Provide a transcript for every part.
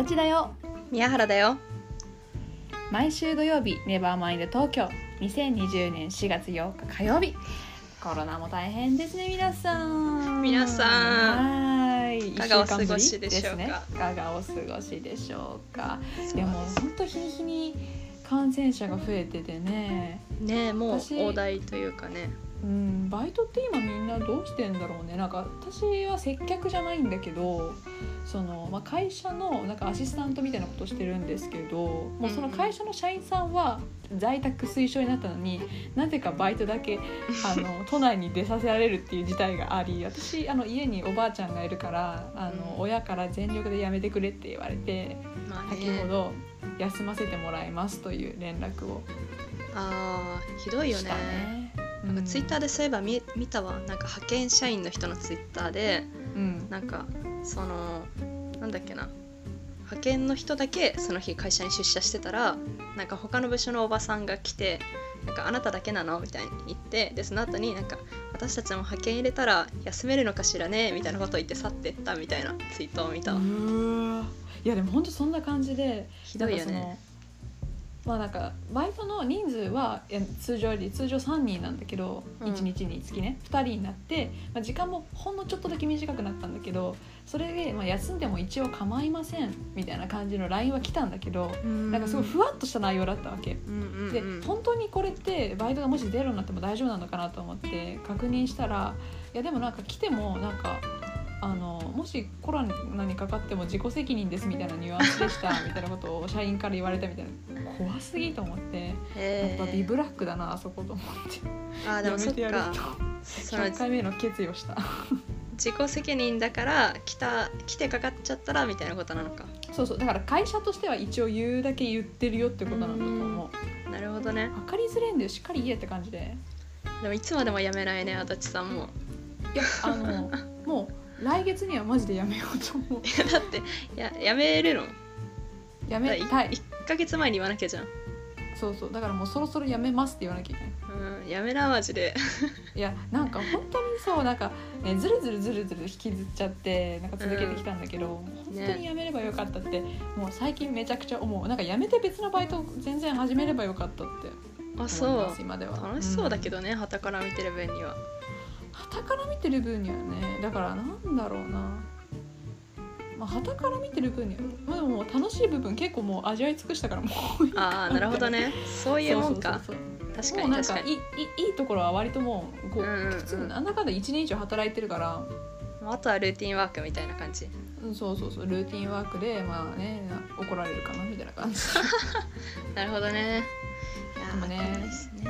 ちだよ。 宮原だよ。 毎週土曜日ネバーマインド東京、2020年4月8日火曜日。コロナも大変ですね、皆さん。 いかがお過ごしでしょうか。 いかがお過ごしでしょうか。いやもう本当日に日に感染者が増えててね。 ねえ、もう大台というかね。 バイトって今みんなどうしてんだろうね。なんか私は接客じゃないんだけど、会社のなんかアシスタントみたいなことしてるんですけど、もうその会社の社員さんは在宅推奨になったのに、なぜかバイトだけ都内に出させられるっていう事態があり、私家におばあちゃんがいるから親から全力でやめてくれって言われて、先ほど休ませてもらいますという連絡をひどいよしたね。 ね。なんかツイッターでそういえば 見たわ。なんか派遣社員の人のツイッターで、なんかなんだっけな、派遣の人だけその日会社に出社してたら、なんか他の部署のおばさんが来て、なんかあなただけなのみたいに言って、でその後になんか私たちも派遣入れたら休めるのかしらねみたいなことを言って去ってったみたいなツイートを見たわ。 いやでも本当そんな感じでひどいよね。 なんかバイトの人数は通常3人なんだけど、1日につきね2人になって、時間もほんのちょっとだけ短くなったんだけど、それで休んでも一応構いませんみたいな感じの LINE は来たんだけど、なんかすごいふわっとした内容だったわけ、で本当にこれってバイトがもしゼロになっても大丈夫なのかなと思って確認したら、いやでもなんか来てもなんかもしコロナにかかっても自己責任ですみたいなニュアンスでしたみたいなことを社員から言われたみたいな。怖すぎと思って、やっぱビブラックだなあそこと思って、 でもそっか、 やめてやると100回目の決意をした自己責任だから来てかかっちゃったらみたいなことなのか。 そうだから会社としては一応言うだけ言ってるよってことなんだと思う。 なるほどね。 分かりづれんだよ、しっかり言えって感じで。 でもいつまでもやめないね、足立さんも。 いやもう来月にはマジでやめようと思う。 だってやめるのやめたい。 1ヶ月前に言わなきゃじゃん。 そうだからもうそろそろやめますって言わなきゃいけない。 やめなマジで。 いやなんか本当にそう、なんかねずるずる引きずっちゃってなんか続けてきたんだけど、本当にやめればよかったって、もう最近めちゃくちゃ思う。なんかやめて別のバイト全然始めればよかったって思います。 そう今では楽しそうだけどね、傍から見てる分には。 傍から見てる分にはね、だからなんだろうな、傍から見てる分には、でも楽しい部分結構もう味わい尽くしたからもういいかなるほどね、そういうもんか。 そう確かにもうなんかいいところは割ともうこう、普通なんだかんだ1年以上働いてるから、 あとはルーティンワークみたいな感じ。 そうルーティンワークで怒られるかなみたいな感じなるほどね。 でもね、 ですね。 そう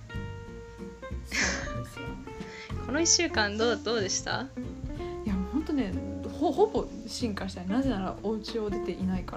なんですよ。 この1週間どうでした？ いや本当ね、ほぼ進化したい。なぜならお家を出ていないから。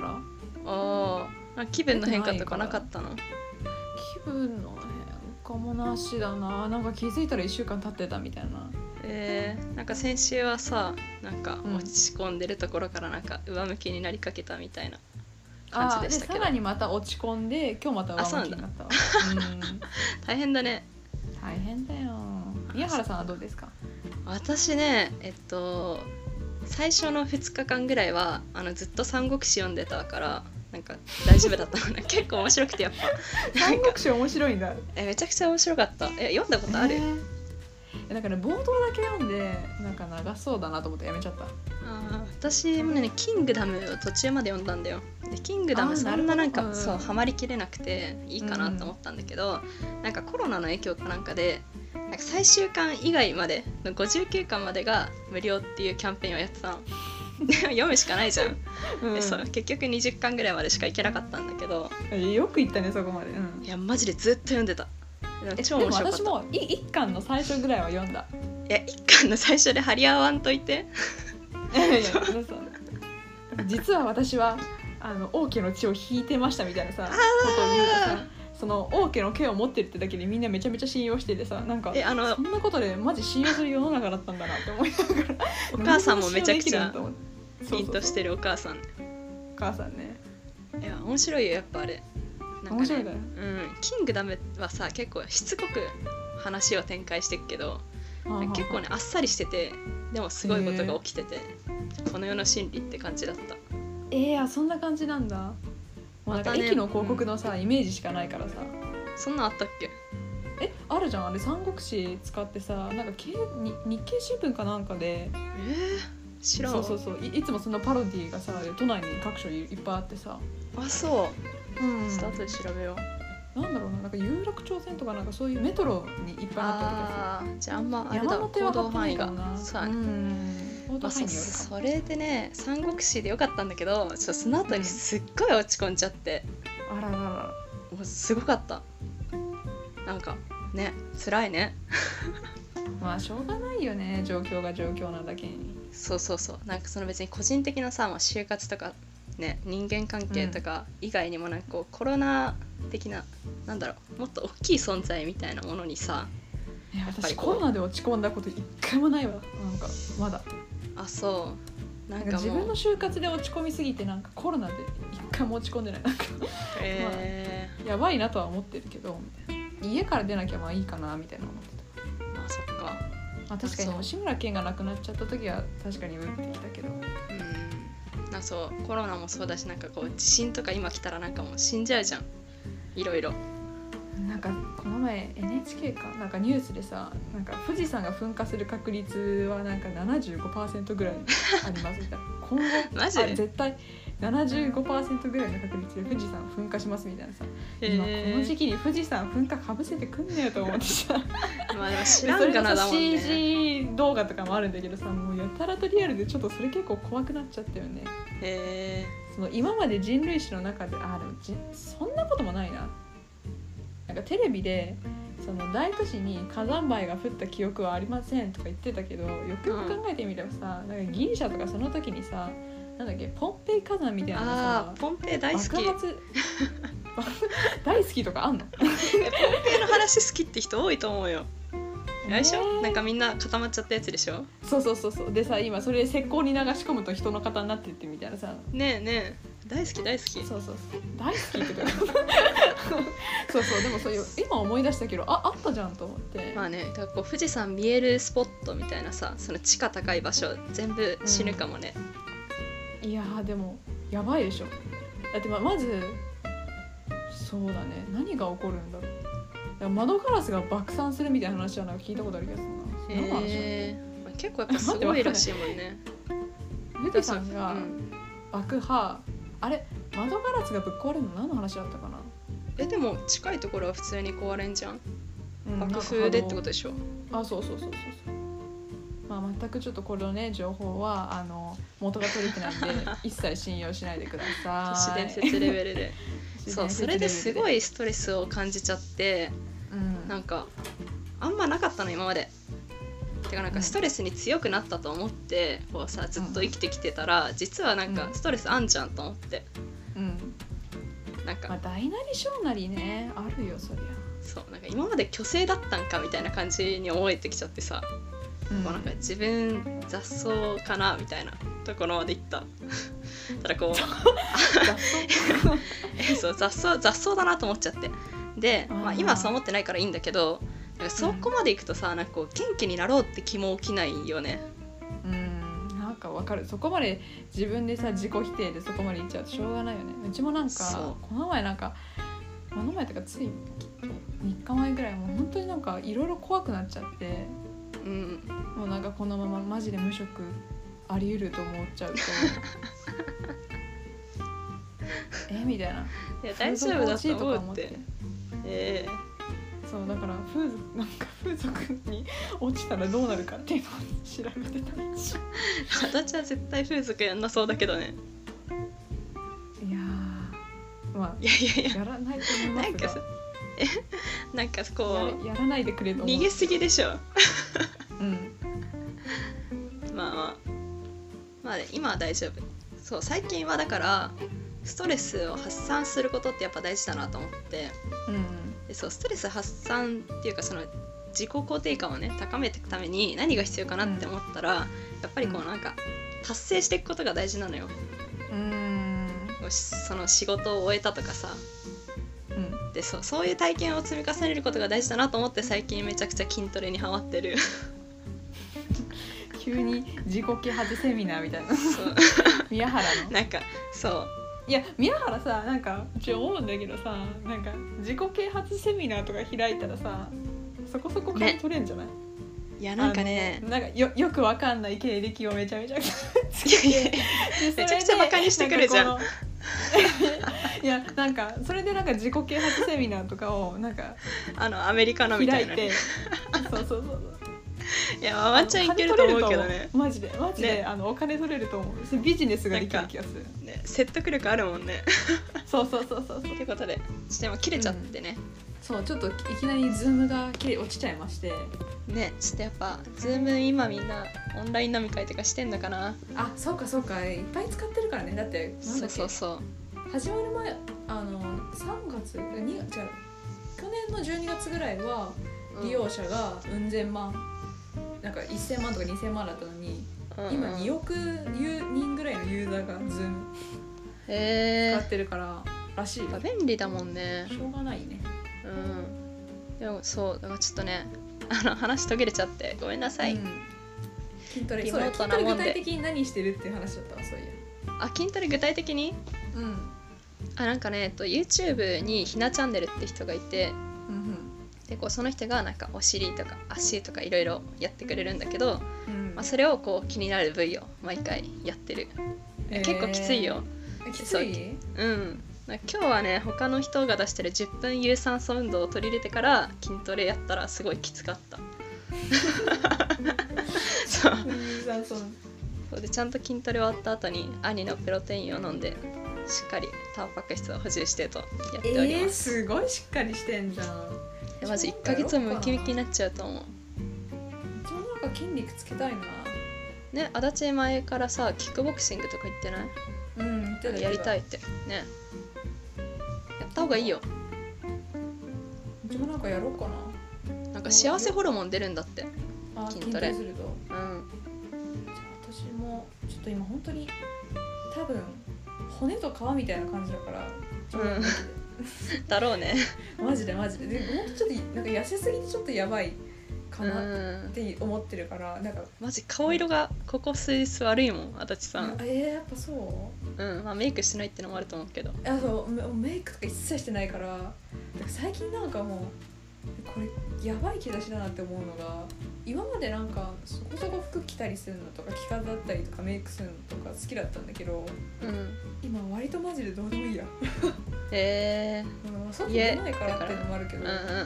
気分の変化とかなかったの？ 気分の変化もなしだな。なんか気づいたら1週間経ってたみたいな。 なんか先週はさ、なんか落ち込んでるところからなんか上向きになりかけたみたいな感じでしたけど。 でさらにまた落ち込んで今日また上向きになったわ。 大変だね。 大変だよ。宮原さんはどうですか？ 私ね、最初の2日間ぐらいはずっと三国志読んでたからなんか大丈夫だったのね。結構面白くて、やっぱ三国志面白いんだ。 めちゃくちゃ面白かった。読んだことある？ なんかね、冒頭だけ読んでなんか長そうだなと思ってやめちゃった。 私もね、キングダムを途中まで読んだんだよ。でキングダムそんななんかそうハマりきれなくていいかなと思ったんだけど、なんかコロナの影響かなんかでなんか最終巻以外までの59巻までが無料っていうキャンペーンをやってたの。でも読むしかないじゃん、でそう結局20巻ぐらいまでしかいけなかったんだけど。 よく言ったねそこまで、 いやマジでずっと読んでた。超面白かった。 でも私も1巻の最初ぐらいは読んだ。 いや1巻の最初で張り合わんといて。 そう実は私は王家の血を引いてましたみたいなさことを言うとさ、その王家の毛を持ってるってだけでみんなめちゃめちゃ信用しててさ、なんかそんなことでマジ信用する世の中だったんだなって思いながらお母さんもめちゃくちゃピンとしてるお母さん。 お母さんね。 いや面白いよやっぱあれ。なんかね、 面白いだよ。 キングダムはさ結構しつこく話を展開していくけど、結構ねあっさりしてて、でもすごいことが起きてて、この世の真理って感じだった。 そんな感じなんだ。もうなんかまたね駅の広告のさ、イメージしかないからさ。 そんなんあったっけ？ あるじゃん、あれ三国志使ってさ、なんか日経新聞かなんかで、 知らんわ。 そういつもそんなパロディがさ都内に各所いっぱいあってさ、 あ、そう、ちょっと後で調べよう。 なんだろうな、なんか有楽町線とかなんかそういうメトロにいっぱいあった気がする。 じゃああんまあれだ、 山手は行動範囲がそうそう、 行動範囲によるかも。 それでね、三国志でよかったんだけど、その後にすっごい落ち込んじゃって、 あららら、 もうすごかった。なんかね、辛いね。 まあしょうがないよね、状況が状況なだけに。 そうなんかその別に個人的なさ、就活とかね、人間関係とか以外にもなんかこうコロナ的な、なんだろう、もっと大きい存在みたいなものにさ、 私コロナで落ち込んだこと一回もないわ。なんかまだそうなんかもう自分の就活で落ち込みすぎて、なんかコロナで一回も落ち込んでない。なんかやばいなとは思ってるけど、家から出なきゃまあいいかなみたいな思ってた。 そっか。 確かに志村けんが亡くなっちゃった時は確かに打ってきたけど、 そうコロナもそうだし、なんかこう地震とか今来たらなんかもう死んじゃうじゃん、いろいろ。なんかこの前 NHK かなんかニュースでさ、なんか富士山が噴火する確率はなんか 75% ぐらいありますみたいな。今後マジで絶対 75% ぐらいの確率で富士山噴火しますみたいなさ、今この時期に富士山噴火かぶせてくんねよと思ってさまあでも知らんかなだもんね。 CG 動画とかもあるんだけどさ、もうやたらとリアルでちょっとそれ結構怖くなっちゃったよね。その今まで人類史の中ででもそんなこともないな。なんかテレビでその大都市に火山灰が降った記憶はありませんとか言ってたけど、よくよく考えてみればさ、なんかギリシャとかその時にさ、なんだっけ、ポンペイ火山みたいなさ、 ポンペイ大好き。 爆発大好きとかあんの？ ポンペイの話好きって人多いと思うよ。でしょ、なんかみんな固まっちゃったやつでしょ。 そうでさ、今それ石膏に流し込むと人の型になってってみたいなさ、 ねえ大好き大好き。 そう大好きってかそうでもそういう今思い出したけど、あったじゃんと思って。 まあね、だからこう富士山見えるスポットみたいなさ、その地価高い場所全部死ぬかもね。 いやでもやばいでしょ。だってまずそうだね、何が起こるんだろう。窓ガラスが爆散するみたいな話はなんか聞いたことある気がするな。 結構やっぱすごいらしいもんね。 富士山が爆破、あれ窓ガラスがぶっ壊れるの何の話だったかな。 でも近いところは普通に壊れんじゃん、爆風でってことでしょ。そう。 まあ全くちょっとこれのね情報は元が取れてないんで一切信用しないでください。 都市伝説レベルでそれですごいストレスを感じちゃって、なんかあんまなかったの今まで。てかなんかストレスに強くなったと思ってこうさずっと生きてきてたら、実はなんかストレスあんじゃんと思って、なんか大なり小なりねあるよそりゃ。 そうなんか今まで虚勢だったんかみたいな感じに思えてきちゃってさ、こうなんか自分雑草かなみたいなところまで行った。ただこうそう雑草だなと思っちゃって、で、今はそう思ってないからいいんだけど、そこまで行くとさ、なんかこう元気になろうって気も起きないよね。 なんかわかる。そこまで自分でさ自己否定でそこまで行っちゃうとしょうがないよね。うちもなんかこの前とかつい3日前ぐらいもう本当になんかいろいろ怖くなっちゃって、もうなんかこのままマジで無職あり得ると思っちゃうとみたいな。 いや大丈夫だと思って。 そうだから風俗に落ちたらどうなるかっていうのを調べてたんし。 私は絶対風俗やんなそうだけどね。 いややらないと思いますが。 なんかこうやらないでくれと思う。 逃げすぎでしょ。まあ今は大丈夫。そう最近はだからストレスを発散することってやっぱ大事だなと思って、でそうストレス発散っていうかその自己肯定感をね高めていくために何が必要かなって思ったら、やっぱりこうなんか達成していくことが大事なのよ。その仕事を終えたとかさ、でそういう体験を積み重ねることが大事だなと思って最近めちゃくちゃ筋トレにハマってる。 急に自己啓発セミナーみたいなそう宮原のなんかそういや宮原さなんかうち思うんだけどさなんか自己啓発セミナーとか開いたらさそこそこ金取れんじゃない、 いやなんかねなんかよくわかんない経歴をめちゃめちゃつけてめちゃくちゃバカにしてくるじゃんいやなんかそれでなんか自己啓発セミナーとかをなんかアメリカのみたいな、ね、 そうそうそういやワンチャンいけると思うけどねマジで、ね、お金取れると思うビジネスができる気がする、 ね、説得力あるもんねそうということでちょっと今切れちゃってね、 そうちょっといきなりズームが落ちちゃいましてねちょっとやっぱズーム今みんなオンライン飲み会とかしてんのかなあそうかいっぱい使ってるからねだってなんだっけそう始まる前3月去年の12月ぐらいは利用者がうん千万、なんか1000万とか2000万だったのに、今2億人ぐらいのユーザーが Zoom 使ってるかららしいよ。 便利だもんね。 しょうがないね。 でもそうだからちょっとね話途切れちゃってごめんなさい、 筋トレ具体的に何してるっていう話だったわそういう。 筋トレ具体的になんかねYouTube にひなチャンネルって人がいて、でこうその人がなんかお尻とか足とかいろいろやってくれるんだけど、それをこう気になる部位を毎回やってる、結構きついよ。 きつい？ 今日はね他の人が出してる10分有酸素運動を取り入れてから筋トレやったらすごいきつかったそうでちゃんと筋トレ終わった後に兄のプロテインを飲んでしっかりタンパク質を補充してとやっております。 すごいしっかりしてんじゃん。 まず1ヶ月もムキムキになっちゃうと思う。 ちょうどなんか筋肉つけたいな。 ね、足立前からさキックボクシングとか言ってない？やりたいってね。やった方がいいよ。 うちもなんかやろうかな。 なんか幸せホルモン出るんだって。筋トレ。 すると。じゃあ私もちょっと今本当に多分骨と皮みたいな感じだから。 だろうね。 マジででもほんとちょっとなんか痩せすぎてちょっとやばいかなって思ってるからなんかマジ顔色がここ数日悪いもん足立さん。 やっぱそう？ まあメイクしてないってのもあると思うけど。 そうメイクとか一切してないから最近なんかもうこれやばい兆しだなって思うのが今までなんかそこそこ服着たりするのとか着飾ったりとかメイクするのとか好きだったんだけど、今割とマジでどうでもいいや。外出ないからっていうのもあるけど、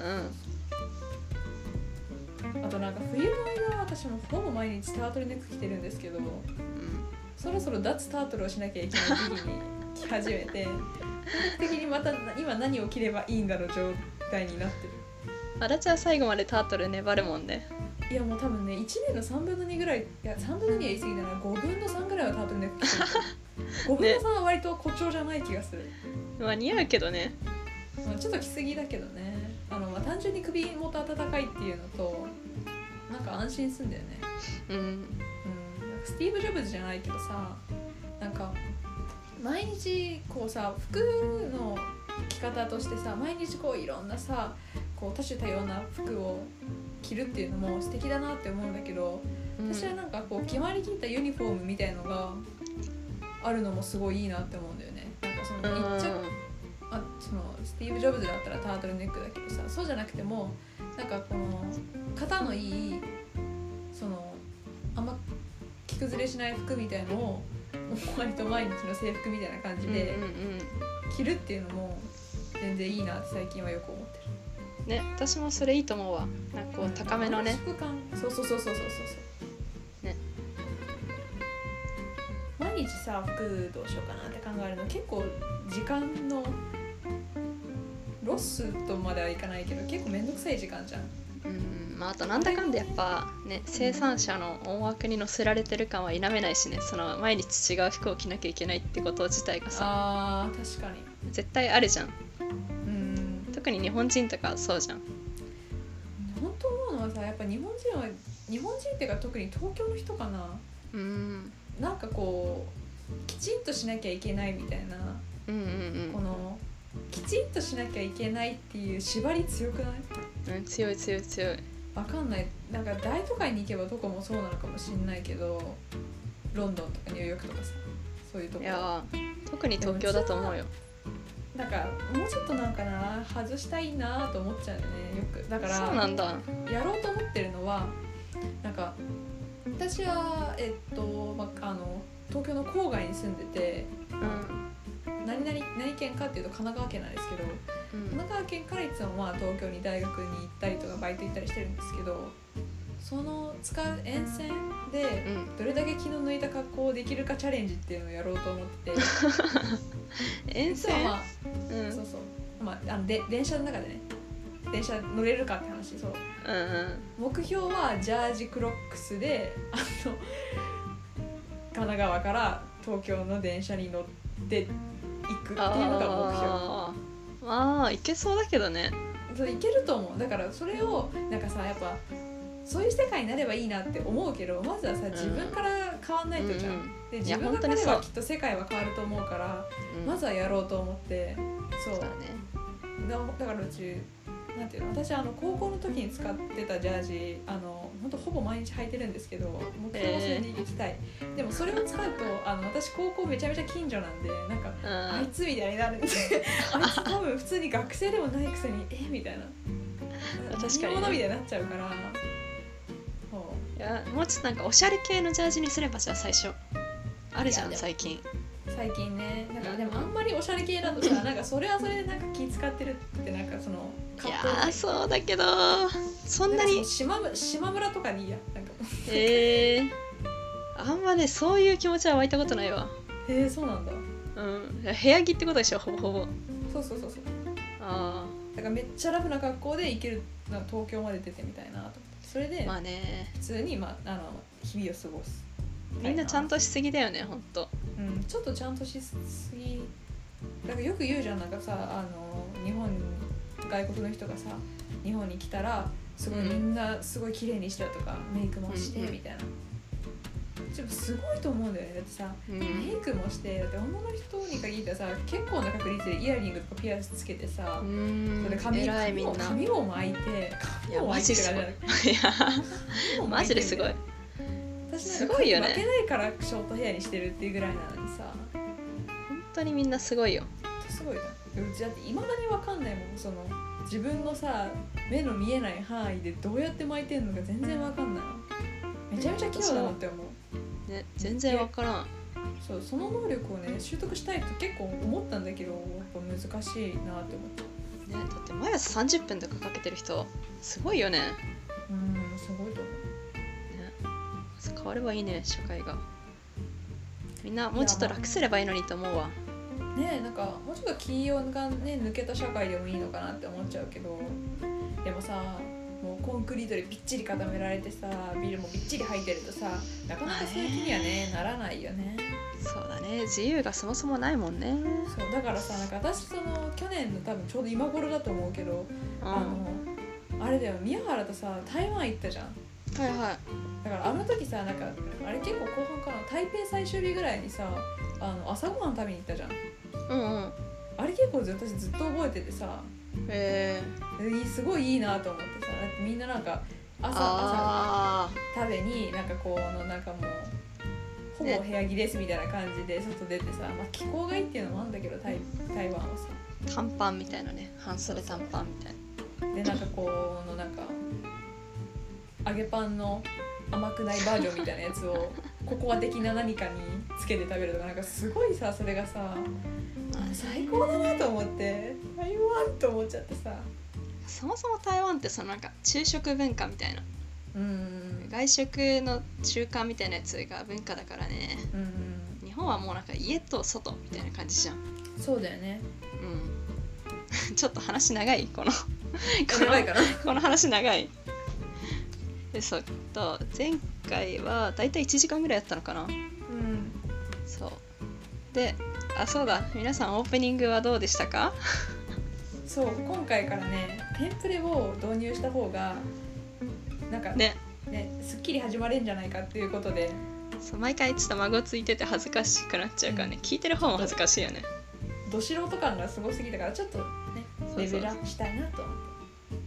あとなんか冬の間は私もほぼ毎日タートルネック着てるんですけど、そろそろ脱タートルをしなきゃいけない時期に着始めて本格的にまた今何を着ればいいんだろう状態になってる。 足立は最後までタートル粘るもんね。 いやもう多分ね1年の3分の2ぐらい、いや3分の2は言い過ぎだな、5分の3ぐらいはタートルネック着てる5分の3は割と誇張じゃない気がする。 似合うけどね。 ちょっと着すぎだけどね。単純に首元温かいっていうのとなんか安心すんだよね。なんかスティーブ・ジョブズじゃないけどさ、なんか毎日こうさ服の着方としてさ毎日こういろんなさこう多種多様な服を着るっていうのも素敵だなって思うんだけど、私はなんかこう決まりきったユニフォームみたいのがあるのもすごいいいなって思うんだよね。なんかそのそのスティーブ・ジョブズだったらタートルネックだけどさ、そうじゃなくてもなんかこの型のいいそのあんま着崩れしない服みたいのを割と毎日の制服みたいな感じで着るっていうのも全然いいなって最近はよく思ってるね。私もそれいいと思うわ。なんかこう高めのね、 そうね。毎日さ服どうしようかなって考えるの結構時間のロスとまではいかないけど結構めんどくさい時間じゃん。 あとなんだかんだやっぱね生産者の思惑に乗せられてる感は否めないしね。その毎日違う服を着なきゃいけないってこと自体がさ確かに絶対あるじゃん。特に日本人とかそうじゃん。 本当思うのはさやっぱ日本人っていうか特に東京の人かな。なんかこうきちんとしなきゃいけないみたいな、このきちんとしなきゃいけないっていう縛り強くない？ 強い。 わかんない、なんか大都会に行けばどこもそうなのかもしれないけど、ロンドンとかニューヨークとかさ、そういうとこ。 いや特に東京だと思うよ。 なんかもうちょっとなんかな、外したいなと思っちゃうよね、よく。だからそうなんだ。 やろうと思ってるのは、なんか私は東京の郊外に住んでて、何県かっていうと神奈川県なんですけど、神奈川県からいつも東京に大学に行ったりとかバイト行ったりしてるんですけど、その使う沿線でどれだけ気の抜いた格好をできるかチャレンジっていうのをやろうと思ってて沿線、 そうそう、電車の中でね、電車乗れるかって話。そう、目標はジャージクロックスで神奈川から東京の電車に乗って行くっていうのが目標。 いけそうだけどね。 そう、いけると思う。だからそれをなんかさ、やっぱそういう世界になればいいなって思うけど、まずはさ、自分から変わんないとじゃん。で、自分が変わればきっと世界は変わると思うから、まずはやろうと思って。そうだね。だからうちなんていうの、私高校の時に使ってたジャージ、本当ほぼ毎日履いてるんですけど、目標はそれに行きたい。でもそれを使うと私高校めちゃめちゃ近所なんで、なんかあいつみたいになるんであいつ多分普通に学生でもないくせにみたいな、 確かに、 何者みたいになっちゃうから。 いや、もうちょっとなんかおしゃれ系のジャージにすれば、じゃあ最初あるじゃん最近ね。なんかでもあんまりおしゃれ系だとさ、なんかそれはそれでなんか気使ってるって、なんかそのいやそうだけど、そんなに島村とかにいいや、なんかあんまね、そういう気持ちは湧いたことないわ。 そうなんだ。 部屋着ってことでしょ、ほぼほぼ。 そうだからめっちゃラフな格好で行ける、東京まで出てみたいなと思って、それで普通に日々を過ごす。 みんなちゃんとしすぎだよね、ほんと。 ちょっとちゃんとしすぎ。だからよく言うじゃん、なんかさ、外国の人がさ、日本に来たらすごいみんなすごい綺麗にしてとか、メイクもしてみたいな。でもすごいと思うんだよね。だってさ、メイクもして、だって女の人に限ってはさ、結構な確率でイヤリングとかピアスつけてさ、それで髪を巻いて、 マジですごい。 私すごいよね。負けないからショートヘアにしてるっていうぐらいなのにさ、 本当にみんなすごいよ。すごいな。 うちだって未だに分かんないもん、その自分のさ、目の見えない範囲でどうやって巻いてんのか全然分かんない。めちゃめちゃ器用だなって思うね。全然分からん。 その能力をね、習得したいと結構思ったんだけど、やっぱ難しいなって思って、 ね。だって毎朝30分とかかけてる人すごいよね。 すごいと思う。 変わればいいね、社会が。みんなもうちょっと楽すればいいのにと思うわ。 なんかもうちょっと気がね、抜けた社会でもいいのかなって思っちゃうけど、でもさ、もうコンクリートでびっちり固められてさ、ビルもびっちり入ってるとさ、なかなかそういう気にはね、ならないよね。 そうだね、自由がそもそもないもんね。 そうだからさ、なんか私去年の多分ちょうど今頃だと思うけど、あれだよ、宮原とさ台湾行ったじゃん。だから時さ、なんかあれ結構後半かな、台北最終日ぐらいにさ、朝ごはん食べに行ったじゃん。あれ結構私ずっと覚えててさ、すごいいいなと思ってさ、だってみんななんか朝食べになんかなんかもうほぼ部屋着ですみたいな感じで外出てさ、気候がいいっていうのもあるんだけど、台湾はさ短パンみたいなね、半袖短パンみたいなで、なんかなんか揚げパンの甘くないバージョンみたいなやつをココア的な何かにつけて食べるとか、なんかすごいさ、それがさ、最高だなと思って、台湾と思っちゃってさ。 そもそも台湾ってなんか昼食文化みたいな、外食の中間みたいなやつが文化だからね。日本はもうなんか家と外みたいな感じじゃん。 そうだよね。 ちょっと話長い、この話長い。で、前回はだいたい1時間ぐらいやったのかな。そうで、そうだ、皆さんオープニングはどうでしたか？ そう、今回からね、テンプレを導入した方がなんかね、すっきり始まるんじゃないかっていうことで、 毎回ちょっと孫ついてて恥ずかしくなっちゃうからね、聞いてる方も恥ずかしいよね。 ど素人感がすごすぎたから、ちょっとね、レベルアップしたいなと思って。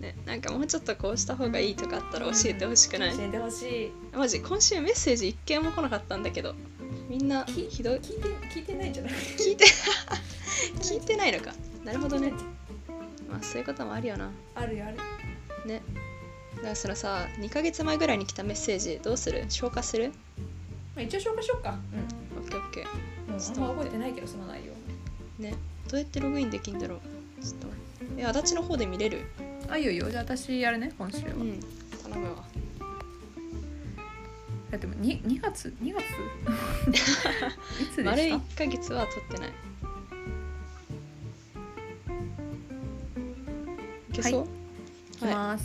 ね、なんかもうちょっとこうした方がいいとかあったら教えてほしくない？ 教えてほしい。 マジ今週メッセージ一件も来なかったんだけど、みんなひどい。 聞いてないんじゃない？ 聞いてないのか。なるほどね。まあそういうこともあるよな。 あるよあるね。だからそのさ、2ヶ月前ぐらいに来たメッセージどうする？消化する？ まあ、一応消化しよっか。 オッケーオッケー。 もうあんま覚えてないけどその内容ね。どうやってログインできんだろう。ちょっと待って。足立の方で見れる？ あ、いいよいいよ。じゃあ私やるね、今週は。 頼むわ。 だっても2月いつでした？ 丸1ヶ月は取ってない。いけそう？ いきます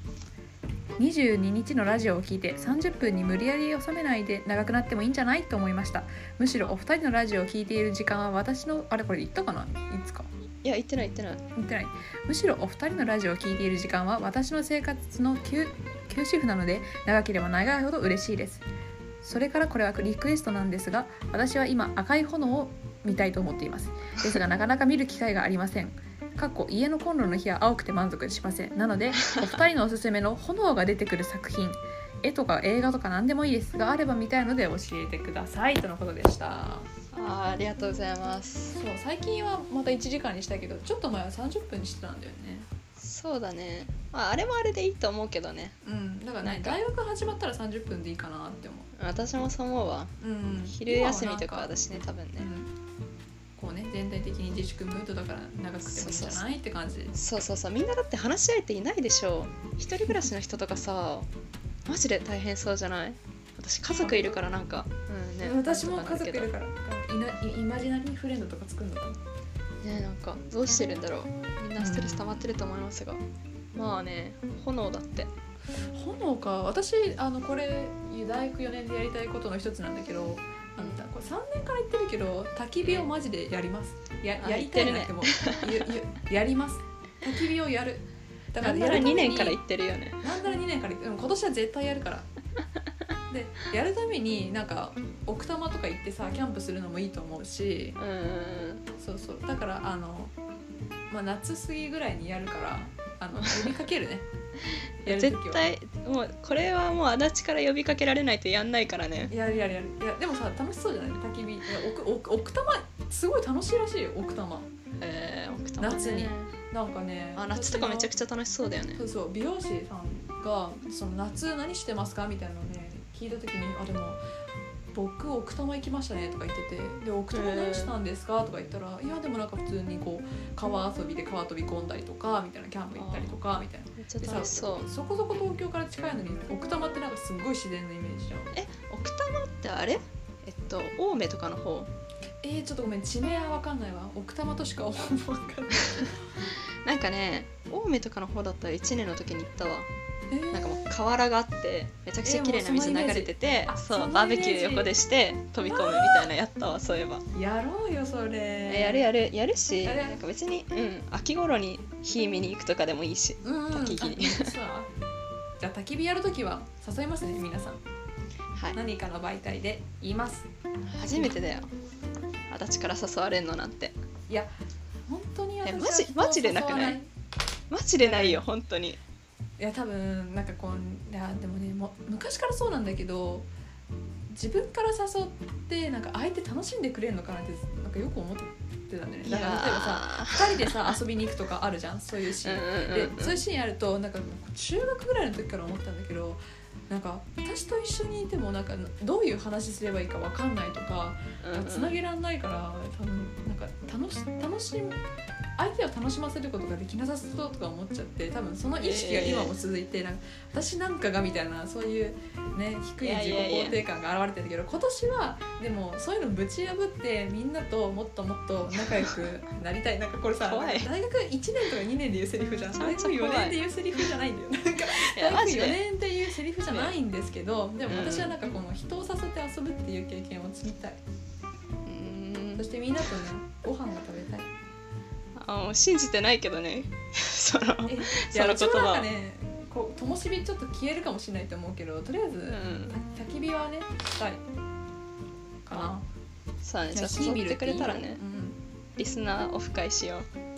、22日のラジオを聞いて30分に無理やり収めないで長くなってもいいんじゃないと思いました。むしろお二人のラジオを聞いている時間は私のこれ言ったかな、いつか。 いや言ってない。 むしろお二人のラジオを聞いている時間は私の生活の休止符なので、長ければ長いほど嬉しいです。それからこれはリクエストなんですが、私は今赤い炎を見たいと思っています。ですがなかなか見る機会がありません。家のコンロの火は青くて満足しません。なのでお二人のおすすめの炎が出てくる作品、絵とか映画とか何でもいいですがあれば見たいので教えてくださいとのことでした。 ありがとうございます。 そう、最近はまた1時間にしたけど、ちょっと前は30分にしてたんだよね。 そうだね、まあ、あれもあれでいいと思うけどね。 だからね、大学始まったら30分でいいかなって思う。 私もそう思うわ。昼休みとか私ね、多分ね、 こうね、全体的に自粛ムードだから長くてもいいんじゃないって感じ。 そうみんなだって話し相手いないでしょ。一人暮らしの人とかさマジで大変そうじゃない？私家族いるからなんか、 私も家族いるからイマジナリーフレンドとか作るのかなね。なんかどうしてるんだろう。みんなストレス溜まってると思いますが、まあね、炎だって。 炎か。私これ大学4年でやりたいことの一つなんだけど、これ3年から言ってるけど、焚き火をマジでやります。やりたいなってもやります。焚き火をやる。 だからやる2年から言ってるよね。 なんなら2年から言ってる。今年は絶対やるから。でやるためになんか奥多摩とか行ってさ、キャンプするのもいいと思うし、そうだから夏過ぎぐらいにやるから呼びかけるね。やる時は絶対もうこれはもう足立から呼びかけられないとやんないからね。 やる。いやでもさ、楽しそうじゃない？焚き火。奥多摩すごい楽しいらしいよ、奥多摩。 奥多摩ね、 夏になんかね、 夏とかめちゃくちゃ楽しそうだよね。 そう美容師さんがその夏何してますかみたいなのをね聞いた時に、でも僕奥多摩行きましたねとか言ってて、で奥多摩何したんですかとか言ったら、いやでもなんか普通にこう川遊びで川飛び込んだりとかみたいな、キャンプ行ったりとかみたいな。 めっちゃ楽しそう。 そこそこ東京から近いのに奥多摩ってなんかすごい自然のイメージじゃん。 奥多摩ってあれ？青梅とかの方？ ちょっとごめん、地名は分かんないわ。奥多摩としか分かんない。 なんかね、青梅とかの方だったら1年の時に行ったわ。なんかもう河原があってめちゃくちゃ綺麗な水流れてて、そうバーベキュー横でして飛び込むみたいなやったわ。そういえばやろうよそれ。 やるし、なんか別に、秋頃に火見に行くとかでもいいし、焚き火に。 じゃあ焚き火やるときは誘いますね、皆さん。 はい、 何かの媒体で言います。 初めてだよ、足立から誘われるのなんて。 いや本当にマジでなくない？マジでないよ本当に。 いや多分なんかいやでもね、昔からそうなんだけど、自分から誘ってなんか相手楽しんでくれるのかなってなんかよく思ってたんだよね。だから例えばさ、2人でさ遊びに行くとかあるじゃん、そういうシーンで、そういうシーンあるとなんか中学ぐらいの時から思ったんだけど、なんか私と一緒にいてもなんかどういう話すればいいか分かんないとか、つなげらんないから、多分なんか楽し相手を楽しませることができなさそうとか思っちゃって、多分その意識が今も続いて、なんか私なんかがみたいな、そういうね低い自己肯定感が現れてるけど、今年はでもそういうのぶち破ってみんなともっともっと仲良くなりたい。なんかこれさ、大学1年とか2年で言うセリフじゃん。大学4年で言うセリフじゃないんだよ。なんか大学4年で言うセリフじゃないんですけど、でも私はなんかこの人を誘って遊ぶっていう経験を積みたい。そしてみんなとねご飯が食べたい。 信じてないけどね。その言葉はね、灯火ちょっと消えるかもしれないと思うけど、とりあえず、焚き火はねしたいかな。 さあね、じゃあ誘ってくれたらね、リスナーオフ会しよう。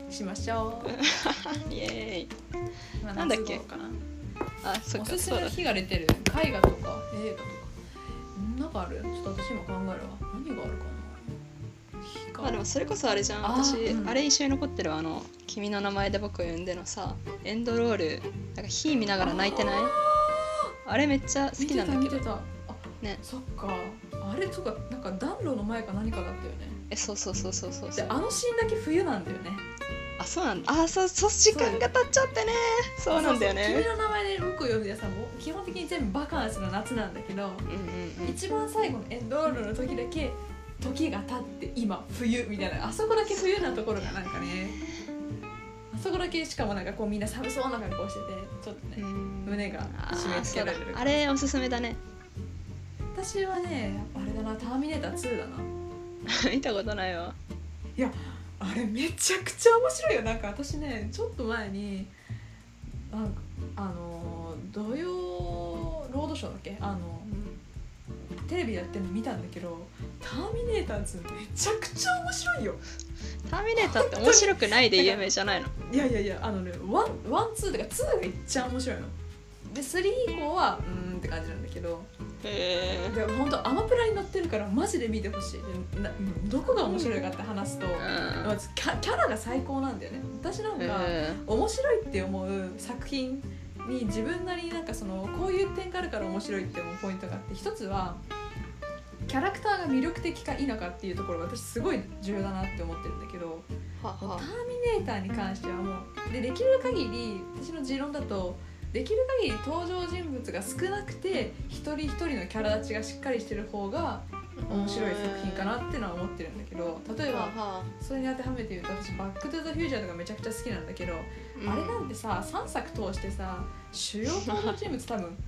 しましょう。 イエーイ。 まあなんだっけ夏号かな。 あ、そっおか、 すすめのそうだ。 日が出てる絵画とか映画とかなんかある？ちょっと私今考えるわ。何があるかな。日かあ、でもそれこそあれじゃん。 あ私、 うん、 あれ印象に残ってる君の名前で僕を呼んでのさ、エンドロール、なんか火見ながら泣いてない？あれめっちゃ好きなんだけど。 見てた。あ、 ね。 そっか。あれとかなんか暖炉の前か何かだったよね。 そうそうそうそうそうであのシーンだけ冬なんだよね。 あ、そうなんだ。あ、そう時間が経っちゃってね。そうなんだよね。 君の名前で僕を呼んでさ、もう基本的に全部バカンスの夏なんだけど、 うんうんうん。 一番最後のエンドロールの時だけ時が経って今冬みたいな、あそこだけ冬なところがなんかね、あそこだけしかもなんかこうみんな寒そうな格好しててちょっとね胸が締め付けられる。 あれおすすめだね。 私はねあれだな、ターミネーター2だな。 見たことないわ。 いやあれめちゃくちゃ面白いよ。なんか私ねちょっと前になんか土曜ロードショーだっけ、テレビやってるの見たんだけど、ターミネーター2めちゃくちゃ面白いよ。 ターミネーターって面白くないで有名じゃないの？ いやいやいや、ワンツーとか2がめっちゃ面白いので、3以降はって感じなんだけど、 へでも本当アマプラに載ってるからマジで見てほしい。どこが面白いかって話すと、まずキャラが最高なんだよね。私なんか面白いって思う作品に自分なりになんかそのこういう点があるから面白いって思うポイントがあって、一つはキャラクターが魅力的か否かっていうところが私すごい重要だなって思ってるんだけど、 ははターミネーターに関してはもうできる限り私の持論だと、できる限り登場人物が少なくて一人一人のキャラ立ちがしっかりしてる方が面白い作品かなってのは思ってるんだけど、例えばそれに当てはめて言うと、私バックトゥザフューチャーとかめちゃくちゃ好きなんだけど、あれなんてさ3作通してさ主要登場人物多分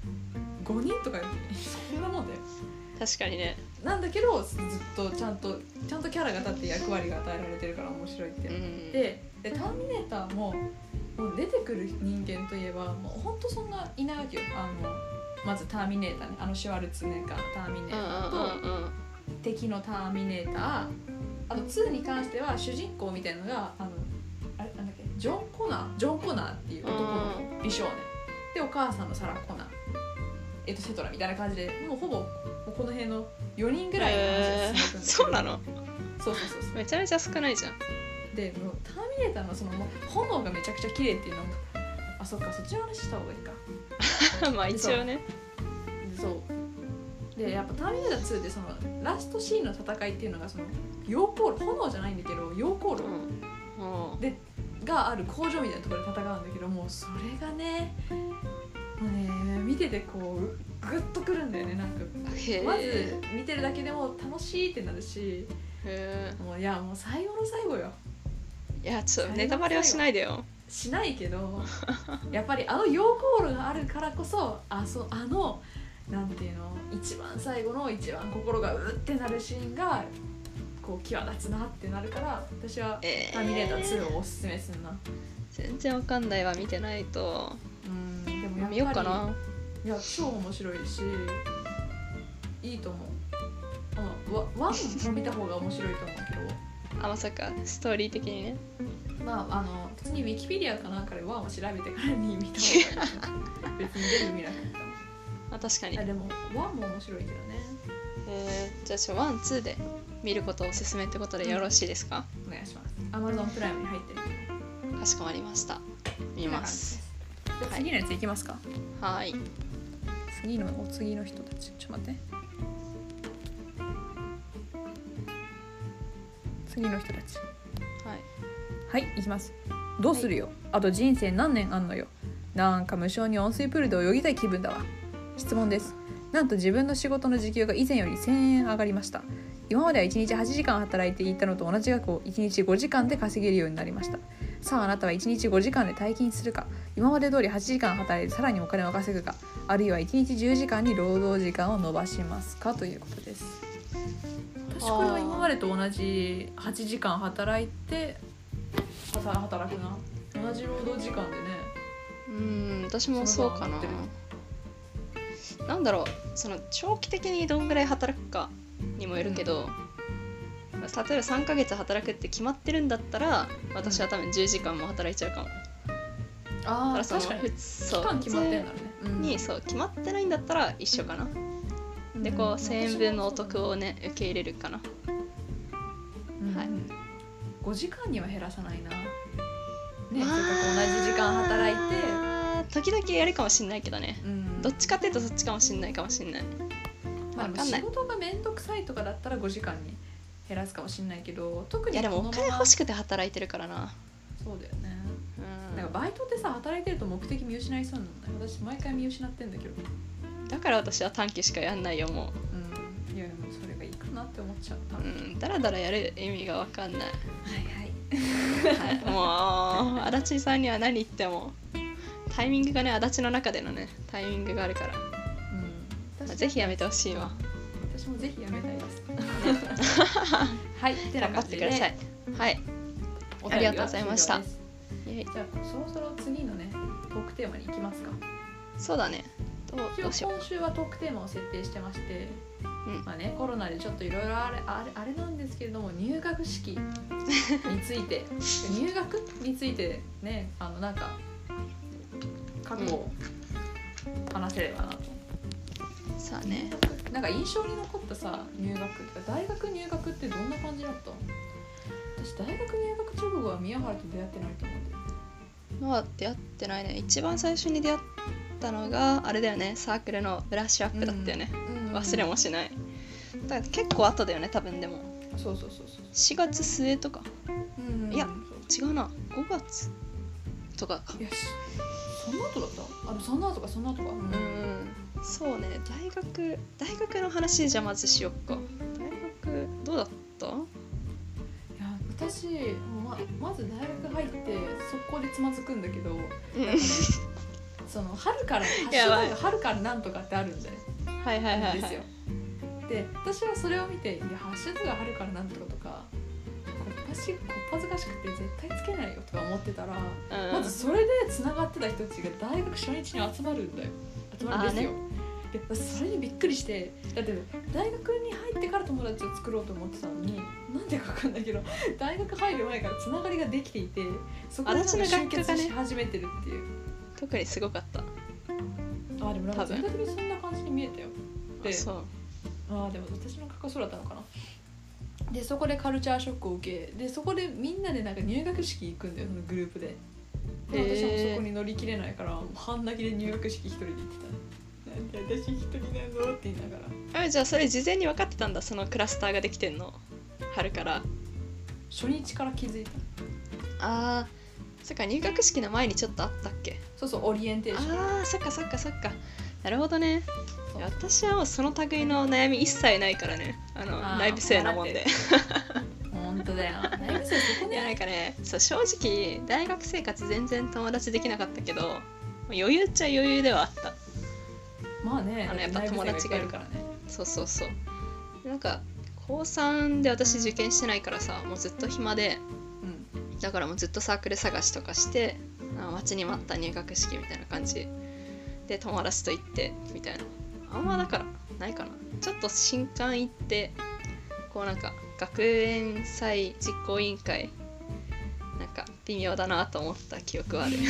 5人とかそんなもんだよ。 確かにね。 なんだけどずっとちゃんとキャラが立って役割が与えられてるから面白いってでターミネーターもう出てくる人間といえばもうほんとそんないないわけよ。まずターミネーターね、シュワルツェネッガーのターミネーターと、敵のターミネーター、あと2に関しては主人公みたいなのがあれなんだっけ、ジョン・コナーっていう男の美少年で、お母さんのサラ・コナー、セトラみたいな感じで、もうほぼこの辺の4人ぐらいの話が進んでいくんだけど、 そうなの？ そうめちゃめちゃ少ないじゃん。 でもうターミネーターのそのもう炎がめちゃくちゃ綺麗っていうのも、あ、そっか、そっちの話した方がいいかまあ一応ね。 そうでやっぱターミネーター2ってそのラストシーンの戦いっていうのがその溶鉱炉、炎じゃないんだけど溶鉱炉、でがある工場みたいなところで戦うんだけど、もうそれがねもうね見ててこうグッとくるんだよね。なんかまず見てるだけでも楽しいってなるし、もういやもう最後の最後よ。 いやちょっとネタバレはしないでよ。 しないけどやっぱり溶鉱炉があるからこそなんていうの、一番最後の一番心がうってなるシーンがこう際立つなってなるから、私はターミネーター2をおすすめするな。 全然わかんないわ、見てないと。 でもやっぱり見ようかな。 いや超面白いしいいと思う。ワンも見た方が面白いと思うけどまさかストーリー的にね。 まあ普通にウィキペディアかなんかでワンを調べてからに見た方がいい別に全部見なくても確かに。 でもワンも面白いけどね。 じゃあワン、ツーで見ることをおすすめってことでよろしいですか？ お願いします。 Amazon プライムに入ってる。 かしこまりました。見ます。 じゃあ次のやついきますか。 はい。 次の人たちちょっと待って。次の人たちはい行きます。どうするよ、あと人生何年あんのよ。なんか無償に温水プールで泳ぎたい気分だわ。質問です。なんと自分の仕事の時給が以前より1000円上がりました。今までは1日8時間働いていたのと同じ額を1日5時間で稼げるようになりました。さああなたは1日5時間で退勤するか、今まで通り8時間働いてさらにお金を稼ぐか、あるいは1日10時間に労働時間を延ばしますかということです。私これは今までと同じ8時間働いて働くな。同じ労働時間でね。 私もそうかな。なんだろう、その長期的にどんぐらい働くかにもよるけど、 例えば3ヶ月働くって決まってるんだったら私は多分10時間も働いちゃうかも。 ああ、確かに期間決まってんだろうね、 そう決まってないんだったら一緒かな。でこう1000円分のお得をね受け入れるかな。はい。 5時間には減らさないな。ね、せっかく同じ時間働いて。 時々やるかもしんないけどね。どっちかっていうとそっちかもしんないかもしんない。 まあ、仕事がめんどくさいとかだったら5時間に減らすかもしんないけど、特にいやでもお金欲しくて働いてるからな。 そうだよね。なんかバイトってさ、働いてると目的見失いそうなんだよ。私毎回見失ってんだけど。 だから私は短期しかやんないよもう。いやでもそれがいいかなって思っちゃった。 だらだらやる意味が分かんない。 はいはい。もう足立さんには何言ってもタイミングがね、足立の中でのねタイミングがあるから、ぜひやめてほしいわ。 私もぜひやめたいです。はい、 頑張ってください。はい、ありがとうございました。 じゃあそろそろ次のねトークテーマに行きますか。 そうだね。どうしよう。 今週はトークテーマを設定してまして、まあね、コロナでちょっといろいろあれなんですけれども、入学式について入学についてね、なんか過去を話せればなと。 さあね。 なんか印象に残ったさ、入学って大学入学ってどんな感じだった？私大学入学直後は宮原と出会ってないと思うんだよ。 まあ出会ってないね。一番最初に出会ったのがあれだよね、サークルのブラッシュアップだったよね。忘れもしない。だから結構後だよね多分。でもそう 4月末とか、いや違うな、5月とかか。 よし、そんな後だった？そんな後か。 そうね。大学の話じゃまずしよっか。大学どうだった？いや私まず大学入って速攻でつまずくんだけど、その春から春からなんとかってあるんだよ。 はいですよ。で私はそれを見て、いやハッシュタグ春からなんとかとかこっぱずかしくて絶対つけないよとか思ってたら、まずそれでつながってた人たちが大学初日に集まるんですよ。でそれにびっくりして、だって大学に入ってから友達を作ろうと思ってたのに、なんでか分かんないけど大学入る前からつながりができていて、そこで集結し始めてるっていう。 特にすごかった。 でもなんか全体的にそんな感じに見えたよ。でそう。 でも私の格好そうだったのかな。でそこでカルチャーショックを受け、でそこでみんなでなんか入学式行くんだよ、そのグループで。私はもうそこに乗り切れないから、半泣きで入学式一人で行ってた。なんで私一人なのって言いながら。 じゃあそれ事前に分かってたんだ、そのクラスターができてんの。春から初日から気づいた。そっか、入学式の前にちょっとあったっけ。 そうオリエンテーション。 そっか。なるほどね。私はもうその類の悩み一切ないからね。内部生なもんで。 本当だよ。内部生そこね。 いやなんかね、そう正直大学生活全然友達できなかったけど、余裕っちゃ余裕ではあった。 まあね。 やっぱ友達がいるからね。そうなんか高3で私受験してないからさ、もうずっと暇で、だからもうずっとサークル探しとかして、待ちに待った入学式みたいな感じで友達と行ってみたいな。あんまだからないかな。ちょっと新歓行ってこうなんか学園祭実行委員会なんか微妙だなと思った記憶はある。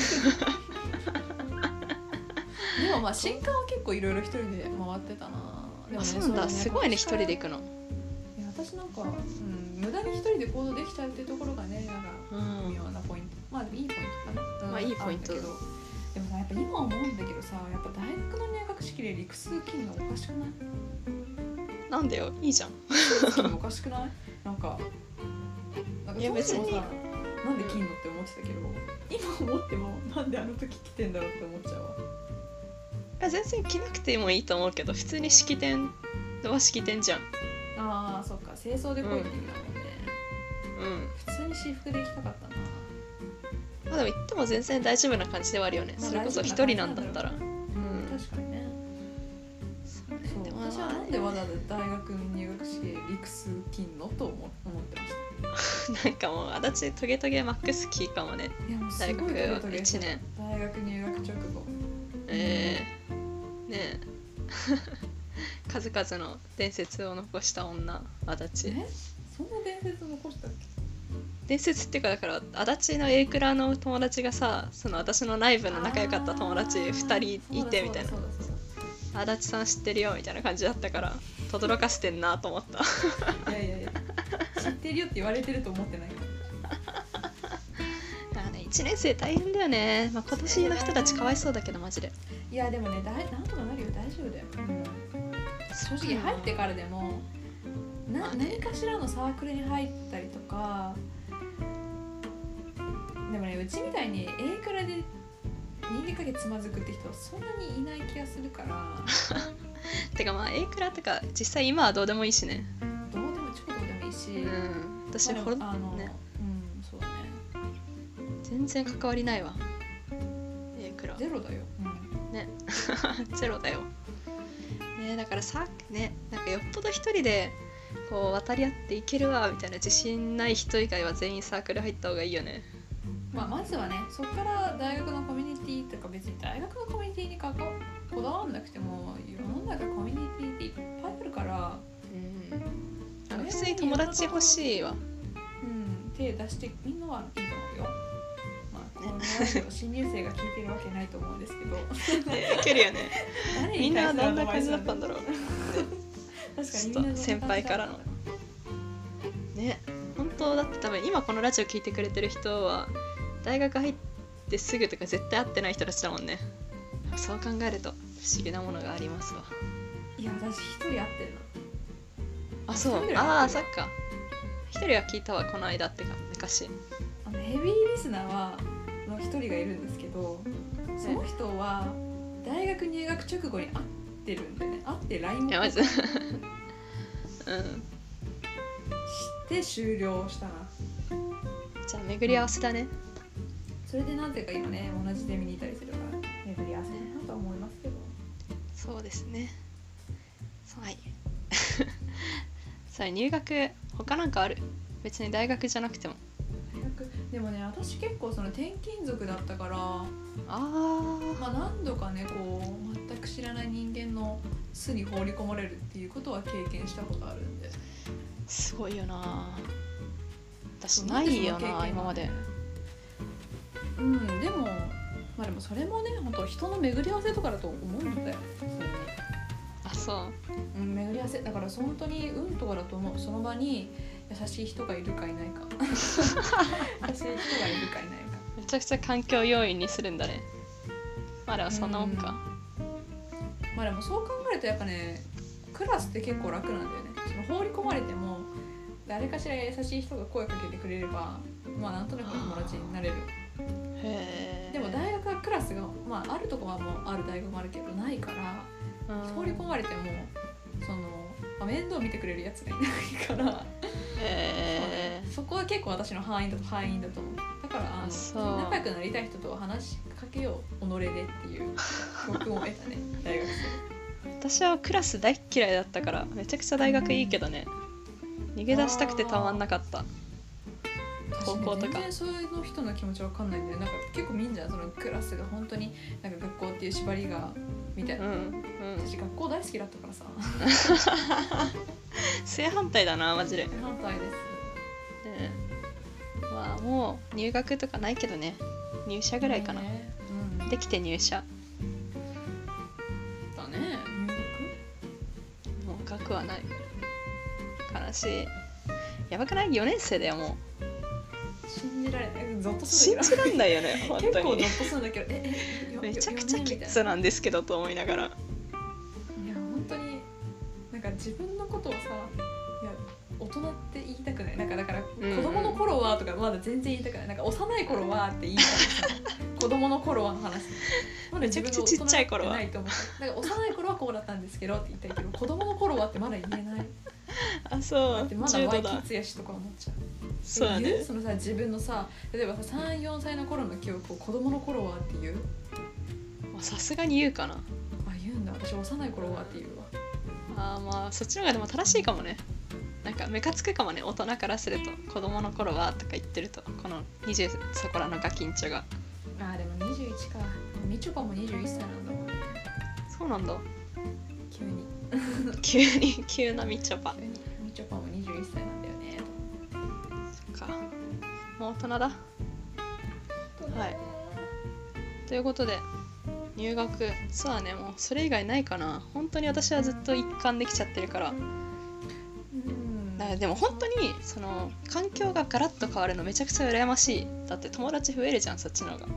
でもまあ新歓は結構いろいろ一人で回ってたな。でもね、 そうなんだ、すごいね一人で行くの。いや私なんか、無駄に一人で行動できちゃうっていうところがね、なんか微妙なポイント。まあでもいいポイントかな。 まあいいポイントだけど。 でもさ、やっぱ今思うんだけどさ、やっぱ大学の入学式で陸数金のおかしくない？ なんでよ、いいじゃん。 おかしくない？なんかいや別になんで金のって思ってたけど、今思ってもなんであの時来てんだろうって思っちゃうわ。 全然着なくてもいいと思うけど、普通に式典は式典じゃん。 そっか、清掃で来いって意味だもんね。普通に私服で行きたかったな。 まあでも行っても全然大丈夫な感じではあるよね。それこそ一人なんだったら。 確かにね。でも私はなんでわざわざ大学入学式で陸数金のと思ってました。なんかもう足立トゲトゲマックスキーかもね。大学1年。 大学入学直後。 ねえ数々の伝説を残した女足立。 そんな伝説残したっけ？ 伝説っていうか、だから足立の A クラの友達がさ、その私の内部の仲良かった友達2人いてみたいな、足立さん知ってるよみたいな感じだったから、轟かしてんなと思った。 いやいやいや、知ってるよって言われてると思ってないから。 だからね、1年生大変だよね。まあ、今年の人たちかわいそうだけどマジで。 いやでもね、なんとかなるよ、大丈夫だよ。正直入ってからでも何かしらのサークルに入ったりとか。でもね、うちみたいに A クラで人間関係つまずくって人はそんなにいない気がするからてかまあ A クラとか実際今はどうでもいいしね。 どうでも超どうでもいいし、 私ね、 そうだね、 全然関わりないわ A クラ。 ゼロだよ、 ねゼロだよね。だからさね、なんかよっぽど一人でこう渡り合っていけるわみたいな自信ない人以外は全員サークル入った方がいいよね。 まずはね、そこから大学のコミュニティとか、別に大学のコミュニティにこだわんなくても世の中コミュニティっていっぱいあるから、 普通に友達欲しいわ。 手出してみんなはいいと思うよ。このラジオ新入生が聞いてるわけないと思うんですけどいけるよねみんなどんな感じだったんだろう確かにみんな先輩からのね。本当だって多分今このラジオ聞いてくれてる人は大学入ってすぐとか絶対会ってない人たちだもんね。そう考えると不思議なものがありますわ。 いや、私一人会ってるの。 あ、そう。ああ、そっか。一人は聞いたわ、この間ってか昔。 ヘビーリスナーの一人がいるんですけど、その人は大学入学直後に会ってるんでね、会って LINE もして終了したな。 じゃあ巡り合わせだね。 それでなぜか今ね、同じゼミにいたりするから巡り合わせだなとは思いますけど。 そうですね。はいそれ入学他なんかある？別に大学じゃなくても。 大学でもね、私結構その転勤族だったから、何度かね、こう全く知らない人間の巣に放り込まれるっていうことは経験したことあるんで。 すごいよな。私ないよな、今まで。 でもでもそれもね、本当人の巡り合わせとかだと思うんだよ。 あ、そう。 巡り合わせだから本当に運とかだと思う。その場に優しい人がいるかいないか優しい人がいるかいないか。 めちゃくちゃ環境要因にするんだね。でもそんなもんか。 でもそう考えるとやっぱね、クラスって結構楽なんだよね。その放り込まれても誰かしら優しい人が声かけてくれれば、なんとなく友達になれる。でも大学はクラスが、あるとこはもうある大学もあるけどないから、放り込まれても面倒見てくれるやつがいないから、そこは結構私の範囲だと思う。だから仲良くなりたい人とは話しかけよう己でっていう教訓を得たね大学生。 私はクラス大嫌いだったからめちゃくちゃ大学いいけどね、逃げ出したくてたまんなかった。高校とか全然そういう人の気持ちわかんないんだよ。なんか結構見んじゃん、そのクラスが本当になんか学校っていう縛りがみたいな、私学校大好きだったからさ正反対だなマジで。 正反対です、 もう入学とかないけどね、入社ぐらいかな、できて入社だね。 もう学はない。悲しい。やばくない？ 4 年生だよもう。 信じられない。ゾッとするんだけど信じらんないよね本当に。 結構ゾッとするんだけどめちゃくちゃキッズなんですけどと思いながら。いや本当になんか自分のことをさ、大人って言いたくない。だから子供の頃はとかまだ全然言いたくない。なんか幼い頃はって言いたいさ子供の頃はの話。 めちゃくちゃちっちゃい頃は。 なんか幼い頃はこうだったんですけどって言いたいけど、子供の頃はってまだ言えない。 あ、そう。 だってまだワイキツやしとか思っちゃう。 そうだね。 そのさ、自分のさ、例えばさ 3,4 歳の頃の記憶を子供の頃はって言う？ さすがに言うかな。 言うんだ。私幼い頃はって言うわ。そっちの方がでも正しいかもね。なんかムカつくかもね、大人からすると。子供の頃はとか言ってると、この20そこらのガキンチョが。 でも21か。みちょぱも21歳なんだもんね。 そうなんだ。 急に急なみちょぱ。 みちょぱも21歳なんだよねとかもう大人だ。はい。ということで入学、そうだね、もうそれ以外ないかな。本当に私はずっと一貫できちゃってるから。でも本当にその環境がガラッと変わるのめちゃくちゃ羨ましい。だって友達増えるじゃん、そっちの方が。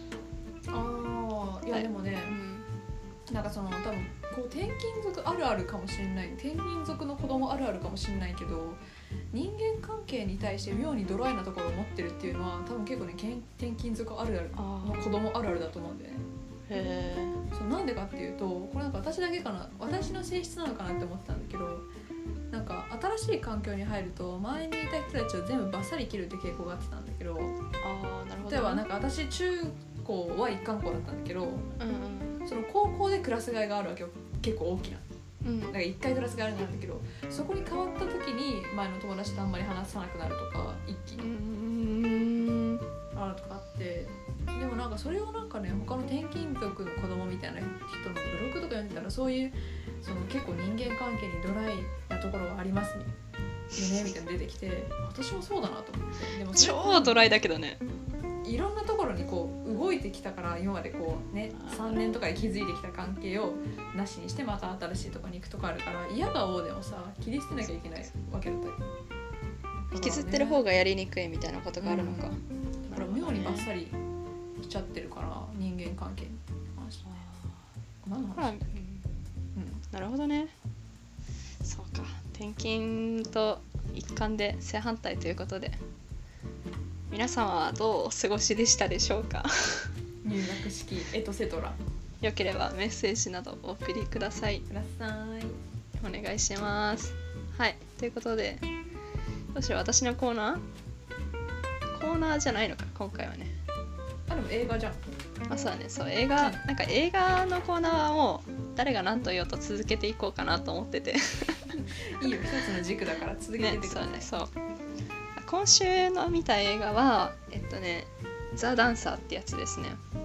ああ、いやでもね、なんかその多分こう転勤族あるあるかもしれない、転勤族の子供あるあるかもしれないけど、人間関係に対して妙にドライなところを持ってるっていうのは多分結構ね、転勤族あるあるの子供あるあるだと思うんだよね。 へー。そう、なんでかっていうと、これなんか私だけかな、私の性質なのかなって思ったんだけど、なんか新しい環境に入ると前にいた人たちを全部バッサリ切るって傾向があってたんだけど、 なるほど、ね、 例えばなんか私中高は一貫校だったんだけど、その高校でクラス替えがあるわけよ、結構大きな。なんか1回クラス替えなんだけど、そこに変わった時に前の友達とあんまり話さなくなるとか、一気にあるとかあって、でもなんかそれをなんかね、他の転勤族の子供みたいな人のブログとか読んでたら、そういうその結構人間関係にドライなところがありますねみたいなの出てきて、私もそうだなと思って。でも超ドライだけどね、 いろんなところにこう動いてきたから、今までこうね3年とかで築いてきた関係をなしにしてまた新しいところに行くとかあるから、嫌が王でもさ切り捨てなきゃいけないわけだったり、 引きずってる方がやりにくいみたいなことがあるのか、 だから妙にバッサリしちゃってるから、人間関係に関してね。何の話？ なるほどね。そうか、転勤と一貫で正反対ということで、皆様はどうお過ごしでしたでしょうか。 入学式エトセトラ。 よければメッセージなどお送りください。お願いします。はい、ということで、どうしよう、私のコーナーじゃないのか今回はね。 でも映画じゃん。 そうだね、そう、映画、なんか映画のコーナーはもう誰が何と言おうと続けていこうかなと思ってて。 いいよ、一つの軸だから続けていってください。 ね、そう。今週の見た映画はザ・ダンサーってやつですね。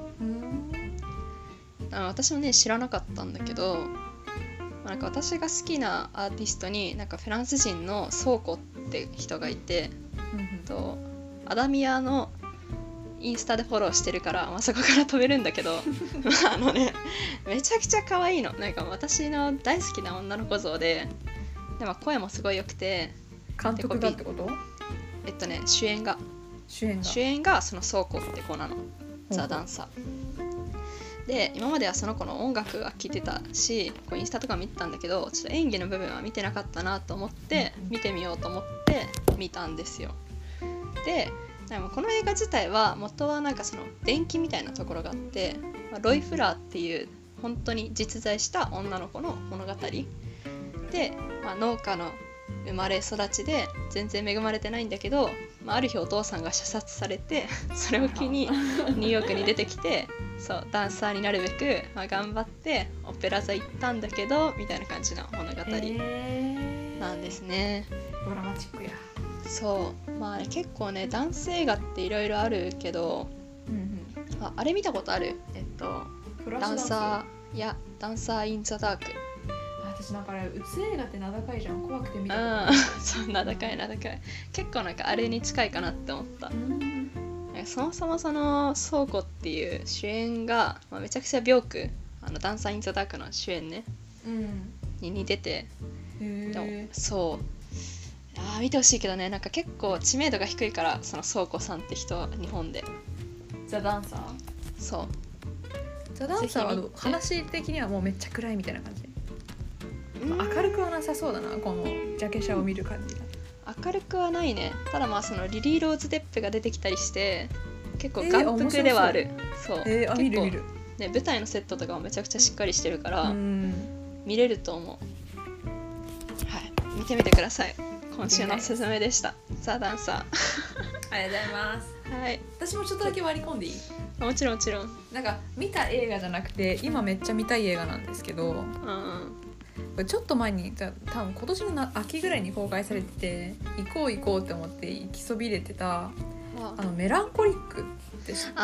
私もね知らなかったんだけど、なんか私が好きなアーティストになんかフランス人のソーコって人がいて、アダミアのインスタでフォローしてるから、そこから飛べるんだけどめちゃくちゃ可愛いの。なんか私の大好きな女の子像で、声もすごい良くて。 監督だってこと？ 主演がそのソーコって子なの、ザ・ダンサーで、今まではその子の音楽が聴いてたし、インスタとか見てたんだけど、ちょっと演技の部分は見てなかったなと思って見てみようと思って見たんですよ。でもこの映画自体は元はなんかその伝記みたいなところがあって、ロイ・フラーっていう本当に実在した女の子の物語で、農家の生まれ育ちで全然恵まれてないんだけど、ある日お父さんが射殺されて、それを機にニューヨークに出てきて、そうダンサーになるべく、頑張ってオペラ座行ったんだけどみたいな感じの物語なんですね。 ドラマチックや。 そう結構ね、ダンス映画っていろいろあるけど、あれ見たことある？ダンサーインザダーク。 私なんかあれ、うつ映画って名高いじゃん、怖くて見たことない。そう、名高い。結構なんかあれに近いかなって思った。そもそもそのソーコっていう主演が、めちゃくちゃビョーク、ダンサーインザダークの主演ね、に似てて、でもそう見てほしいけどね、なんか結構知名度が低いから、そのソーコさんって人は日本で。 ザ・ダンサー？ そう、 ザ・ダンサーは話的にはもうめっちゃ暗いみたいな感じ。明るくはなさそうだな、このジャケ写を見る感じが。 明るくはないね。ただそのリリー・ローズ・デップが出てきたりして結構眼福ではある。結構見るね、舞台のセットとかもめちゃくちゃしっかりしてるから見れると思う。はい、見てみてください。今週のおすすめでした、ザ・ダンサー。 ありがとうございます。 はい、 私もちょっとだけ割り込んでいい？ もちろん。 なんか見た映画じゃなくて、今めっちゃ見たい映画なんですけど、これちょっと前に、多分今年の秋ぐらいに公開されてて、行こうって思って行きそびれてたメランコリックでした。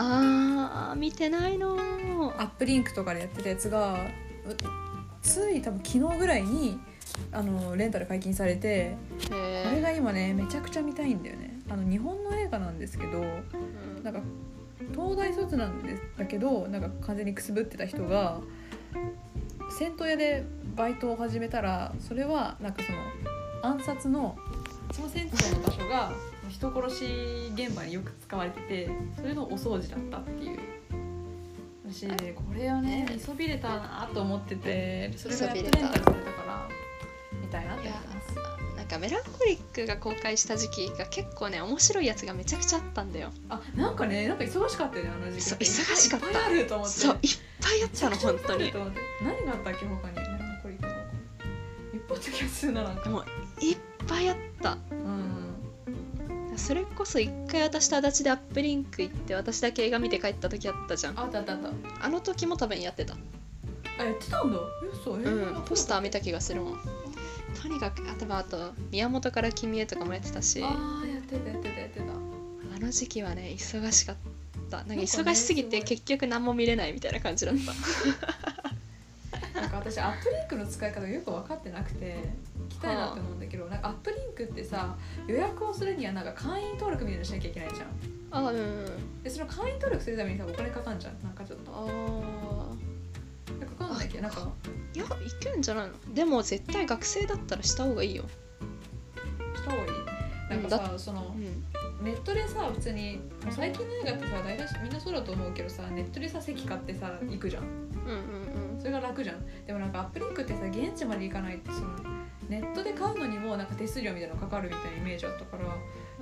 見てないの。 アップリンクとかでやってたやつが、つい多分昨日ぐらいにレンタル解禁されて、あれが今ねめちゃくちゃ見たいんだよね。 日本の映画なんですけど、なんか東大卒なんだけどなんか完全にくすぶってた人が銭湯屋でバイトを始めたら、それはなんかその暗殺のその銭湯の場所が人殺し現場によく使われてて、それのお掃除だったっていう。私これをね見そびれたなと思ってて、それがやっとレンタルされたから見たいなって思ってます。 なんかメランコリックが公開した時期が結構ね面白いやつがめちゃくちゃあったんだよ。 なんかね、なんか忙しかったよね、あの時期。 そう忙しかった。いっぱいあると思って。 そういっぱいあったの本当に。 何があったっけ他にメランコリックの。いっぱいあった気がするな、なんか。 もういっぱいあった。それこそ一回私と足立でアップリンク行って私だけ映画見て帰った時あったじゃん。 あった。 あの時も多分やってた。 やってたんだ。そう。 ポスター見た気がするもん。とにかくあと宮本から君へとかもやってたし。 やってた。 あの時期はね忙しかった。なんか忙しすぎて結局何も見れないみたいな感じだった。 なんか私アップリンクの使い方よく分かってなくて聞きたいなって思うんだけど、なんかアップリンクってさ予約をするにはなんか会員登録みたいなのしなきゃいけないじゃん。でその会員登録するためにさお金かかんじゃん。なんかちょっとかかんないっけ。なんかいやいけんじゃないの。でも絶対学生だったらした方がいいよ。 した方がいい。なんかさ、その、ネットでさ普通にもう最近の映画ってさ大体みんなそうだと思うけどさ、ネットでさ席買ってさ行くじゃん。それが楽じゃん。でもなんかアップリンクってさ現地まで行かないとそのネットで買うのにもなんか手数料みたいなのかかるみたいなイメージあったから。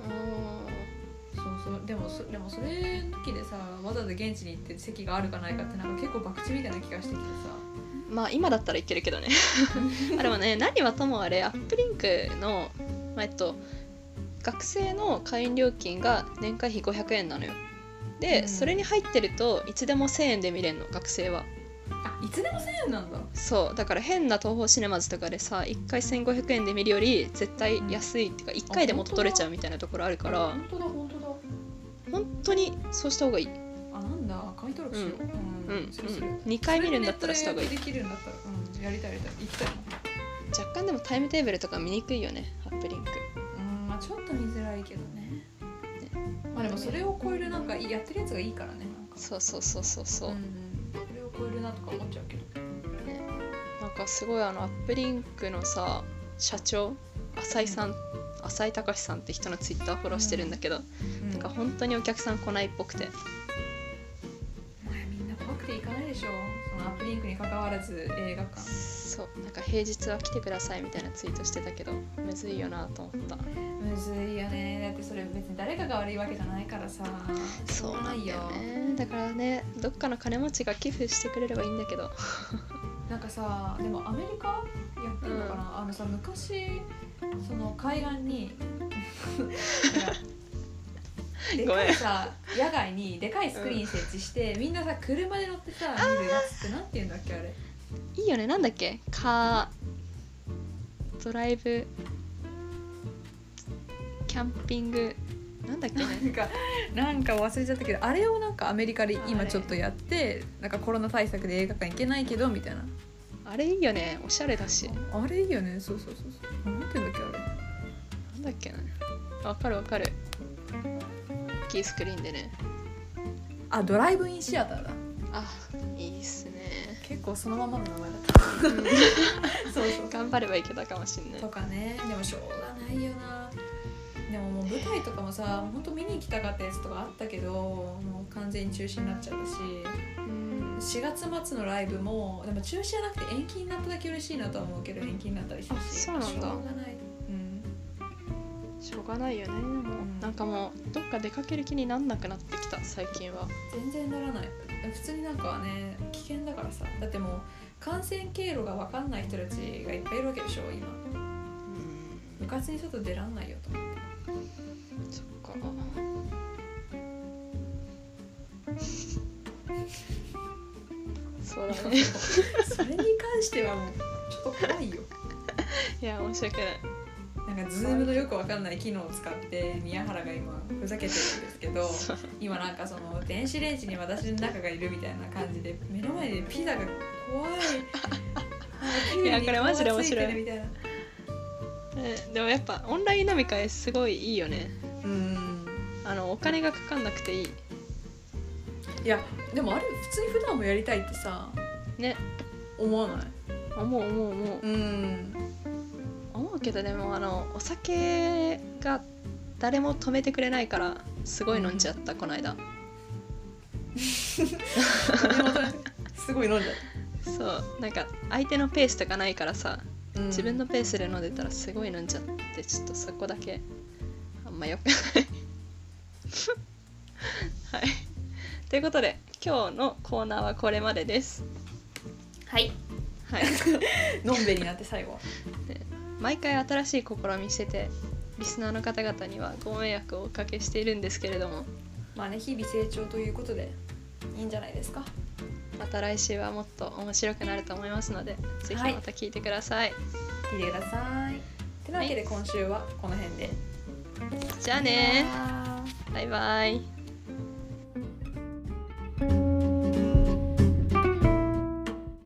そうでもそれの時でさわざわざ現地に行って席があるかないかってなんか結構博打みたいな気がしてきてさ。 まあ今だったらいけるけどねでもね何はともあれアップリンクの、学生の会員料金が年会費500円なのよ。で、それに入ってるといつでも1000円で見れるの学生は。 いつでも1000円なんだ。 そうだから変な東宝シネマズとかでさ1回1500円で見るより絶対安いっていうか1回で元取れちゃうみたいなところあるから、本当にそうした方がいい。 なんだ会員登録しよう。 2回見るんだったらした方がいい。 できるんだったら、やりたい行きたい。 若干でもタイムテーブルとか見にくいよねアップリンク。 ちょっと見づらいけどね。でもそれを超えるなんかやってるやつがいいからね。なんかそう、 それを超えるなとか思っちゃうけど、 なんかすごいアップリンクのさ社長浅井隆さんって人のツイッターフォローしてるんだけど、なんか本当にお客さん来ないっぽくて。 みんな怖くて行かないでしょ、そのアップリンクに関わらず映画館。 そうなんか平日は来てくださいみたいなツイートしてたけどむずいよなと思った。 むずいよね。だってそれ別に誰かが悪いわけじゃないからさ。 そうなんだよね。だからねどっかの金持ちが寄付してくれればいいんだけどなんかさでもアメリカやってるのかな、さ昔その海岸にでかいさ野外にでかいスクリーン設置して、みんなさ車で乗ってさ見るやつってなんて言うんだっけあれ。 いいよね。なんだっけドライブキャンピングなんだっけねなんか忘れちゃったけど、あれをなんかアメリカで今ちょっとやって、なんかコロナ対策で映画館行けないけどみたいな。 あれいいよね。おしゃれだし。 あれいいよね。そうなんて言うんだっけあれ。 なんだっけな。わかる大きいスクリーンでね。 ドライブインシアターだ。 いいっすね。 結構そのままの名前だったそう頑張ればいけたかもしんないとかね。でもしょうがないよな。でももう舞台とかもさ本当見に行きたかったやつとかあったけどもう完全に中止になっちゃったし、4月末のライブもでも中止じゃなくて延期になっただけ嬉しいなとは思うけど延期になったりしたし。 そうなんだ。 しょうがない。 しょうがないよね。なんかもうどっか出かける気になんなくなってきた最近は。 全然ならない。普通になんかね危険だからさ。だってもう感染経路が分かんない人たちがいっぱいいるわけでしょ今。部活に外出らんないよと思って。 そっかそうだねそれに関してはもうちょっと怖いよいや申し訳ない。 なんかズームのよくわかんない機能を使って宮原が今ふざけてるんですけど今なんかその電子レンジに私の中がいるみたいな感じで目の前でピザが怖いいやこれマジで面白いみたいな。 でもやっぱオンライン飲み会すごいいいよね。 お金がかかんなくていい。 いやでもあれ普通に普段もやりたいってさね、 思わない？ 思うけど、でもお酒が誰も止めてくれないからすごい飲んじゃった、この間。 すごい飲んじゃった。 そうなんか相手のペースとかないからさ、自分のペースで飲んでたらすごい飲んじゃって、ちょっとそこだけあんまよくないはい、ということで今日のコーナーはこれまでです。 はいはいのんべになって最後は毎回新しい試みしてて、リスナーの方々にはご迷惑をおかけしているんですけれども、 まあね、日々成長ということでいいんじゃないですか。 また来週はもっと面白くなると思いますので、ぜひまた聞いてください。 聞いてください。てなわけで今週はこの辺で、 じゃあね、バイバイ。